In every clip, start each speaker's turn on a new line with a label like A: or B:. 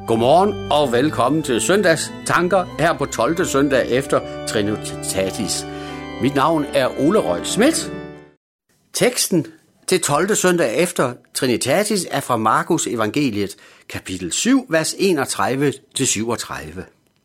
A: Godmorgen og velkommen til søndags tanker her på 12. søndag efter Trinitatis. Mit navn er Ole Røg Schmidt. Teksten til 12. søndag efter Trinitatis er fra Markus evangeliet, kapitel 7, vers 31-37.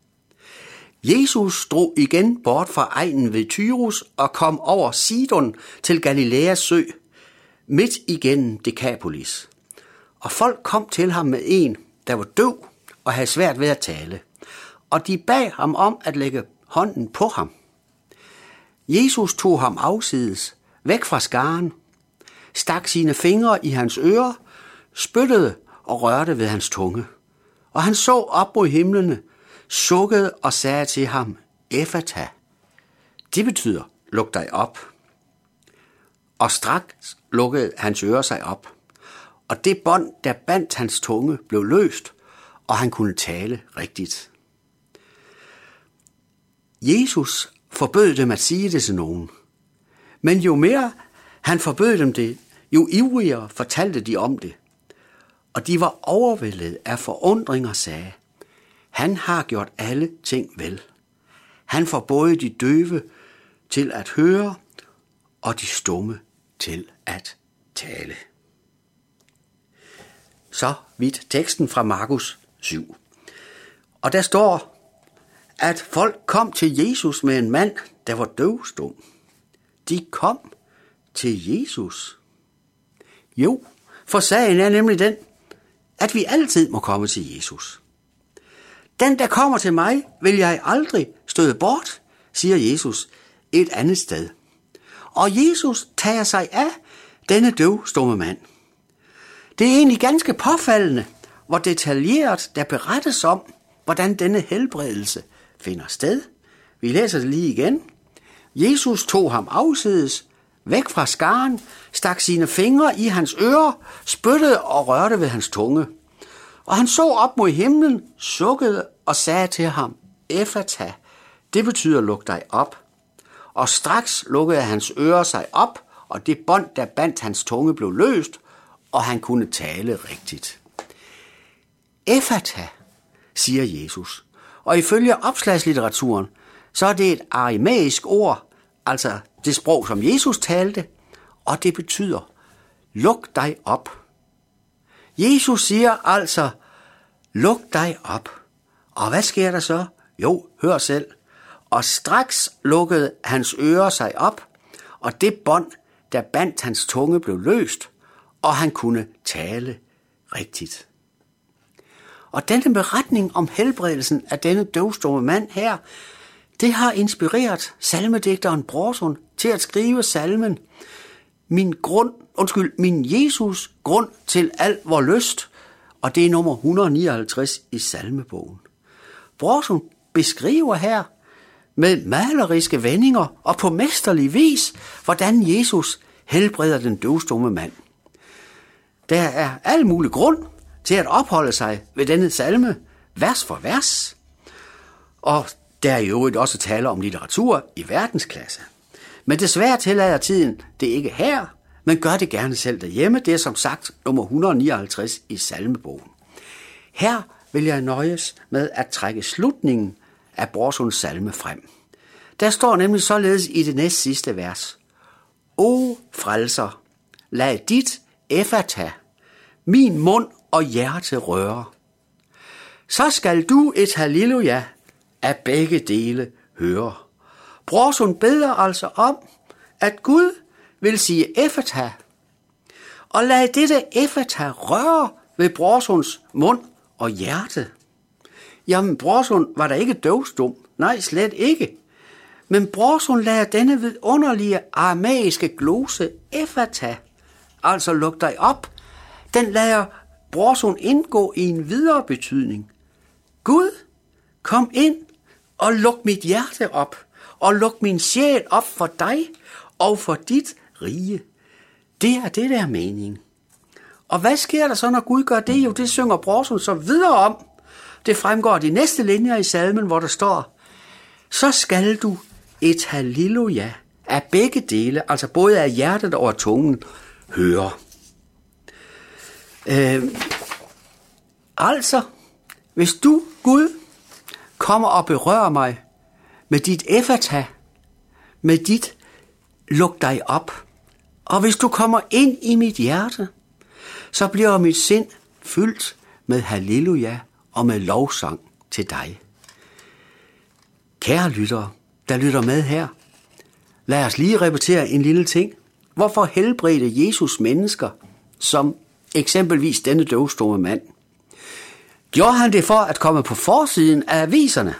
A: Jesus drog igen bort fra egnen ved Tyrus og kom over Sidon til Galilæas sø, midt igennem Dekapolis. Og folk kom til ham med en, der var døv og havde svært ved at tale, og de bad ham om at lægge hånden på ham. Jesus tog ham afsides, væk fra skaren, stak sine fingre i hans ører, spyttede og rørte ved hans tunge. Og han så op mod himlene, sukkede og sagde til ham, Ephata. Det betyder, luk dig op. Og straks lukkede hans ører sig op, og det bånd, der bandt hans tunge, blev løst, og han kunne tale rigtigt. Jesus forbød dem at sige det til nogen, men jo mere han forbød dem det, jo ivrigere fortalte de om det. Og de var overvældet af forundring og sagde, han har gjort alle ting vel. Han får både de døve til at høre, og de stumme til at tale. Så vidt teksten fra Markus 7. Og der står, at folk kom til Jesus med en mand, der var døvstum. De kom til Jesus. Jo, for sagen er nemlig den, at vi altid må komme til Jesus. Den, der kommer til mig, vil jeg aldrig støde bort, siger Jesus et andet sted. Og Jesus tager sig af denne døvstumme mand. Det er egentlig ganske påfaldende, hvor detaljeret der berettes om, hvordan denne helbredelse finder sted. Vi læser det lige igen. Jesus tog ham afsides, væk fra skaren, stak sine fingre i hans ører, spyttede og rørte ved hans tunge. Og han så op mod himlen, sukkede og sagde til ham, Ephata, det betyder luk dig op. Og straks lukkede hans ører sig op, og det bånd, der bandt hans tunge, blev løst, og han kunne tale rigtigt. Ephata, siger Jesus. Og ifølge opslagslitteraturen, så er det et aramæisk ord, altså det sprog, som Jesus talte, og det betyder, luk dig op. Jesus siger altså, luk dig op. Og hvad sker der så? Jo, hør selv. Og straks lukkede hans ører sig op, og det bånd, der bandt hans tunge, blev løst, og han kunne tale rigtigt. Og denne beretning om helbredelsen af denne døvstumme mand her, det har inspireret salmedigteren Brorson til at skrive salmen Min Jesus grund til al vor lyst, og det er nummer 159 i salmebogen. Brorson beskriver her med maleriske vendinger og på mesterlig vis, hvordan Jesus helbreder den døvstumme mand. Der er al mulig grund til at opholde sig ved denne salme, vers for vers. Og der er i øvrigt også tale om litteratur i verdensklasse. Men desværre tillader tiden det ikke her, men gør det gerne selv derhjemme. Det er som sagt nummer 159 i salmebogen. Her vil jeg nøjes med at trække slutningen af Brorsons salme frem. Der står nemlig således i det næst sidste vers. O frelser, lad dit Ephata, min mund og hjerte røre. Så skal du et halleluja af begge dele høre. Brorson beder altså om, at Gud vil sige Ephata, og lad dette Ephata røre ved Brorsons mund og hjerte. Jamen, Brorson var da ikke døvstum. Nej, slet ikke. Men Brorson lader denne vidunderlige aramæiske glose Ephata, altså luk dig op, den lader Brorson indgå i en videre betydning. Gud, kom ind og luk mit hjerte op, og luk min sjæl op for dig og for dit rige. Det er det, der er meningen. Og hvad sker der så, når Gud gør det? Jo, det synger Brorson så videre om. Det fremgår de næste linjer i salmen, hvor der står, så skal du et halleluja af begge dele, altså både af hjertet og af tungen, høre. Altså, Hvis du, Gud, kommer og berører mig med dit effata, med dit luk dig op, og hvis du kommer ind i mit hjerte, så bliver mit sind fyldt med halleluja og med lovsang til dig. Kære lyttere, der lytter med her, lad os lige repetere en lille ting. Hvorfor helbredte Jesus mennesker, som eksempelvis denne døvstumme mand? Gjorde han det for at komme på forsiden af aviserne?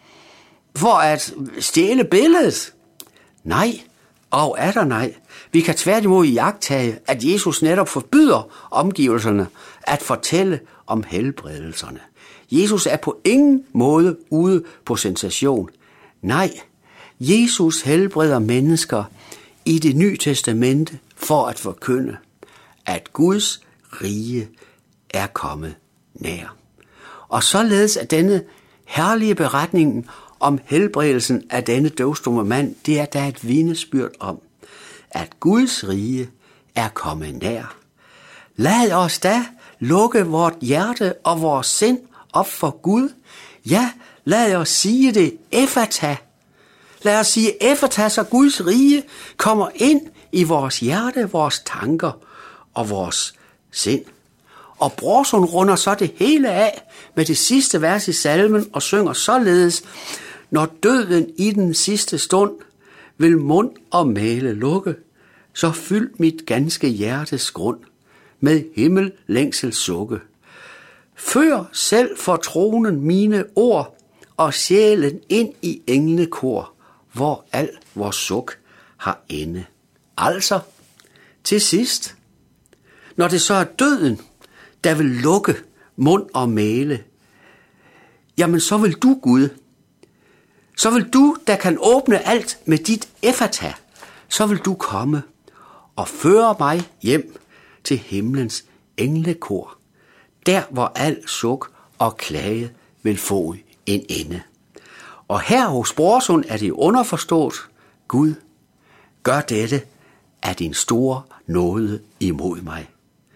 A: For at stjæle billedet? Nej, og er der nej. Vi kan tværtimod iagttage, at Jesus netop forbyder omgivelserne at fortælle om helbredelserne. Jesus er på ingen måde ude på sensation. Nej, Jesus helbreder mennesker i Det Nye Testamente for at forkynde, at Guds rige er kommet nær. Og således er denne herlige beretning om helbredelsen af denne døvstumme mand, det er der et vidnesbyrd om, at Guds rige er kommet nær. Lad os da lukke vort hjerte og vores sind op for Gud. Ja, lad os sige det, effata. Lad os sige effata, så Guds rige kommer ind i vores hjerte, vores tanker og vores sind. Og Brorson runder så det hele af med det sidste vers i salmen og synger således: når døden i den sidste stund vil mund og mæle lukke, så fyld mit ganske hjertes grund med himmel længsel sukke. Før selv for tronen mine ord og sjælen ind i englekor, hvor al vores suk har ende. Altså, til sidst, når det så er døden, der vil lukke mund og mæle, jamen så vil du, Gud, så vil du, der kan åbne alt med dit effata, så vil du komme og føre mig hjem til himlens englekor, der hvor al suk og klage vil få en ende. Og her hos Brorson er det underforstået: Gud, gør dette af din store nåde imod mig.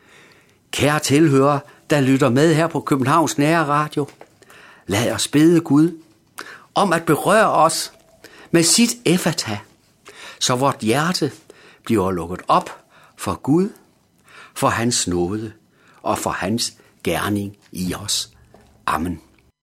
A: Kære tilhører, der lytter med her på Københavns Nære Radio, lad os bede Gud om at berøre os med sit effata, så vort hjerte bliver lukket op for Gud, for hans nåde og for hans gerning i os. Amen.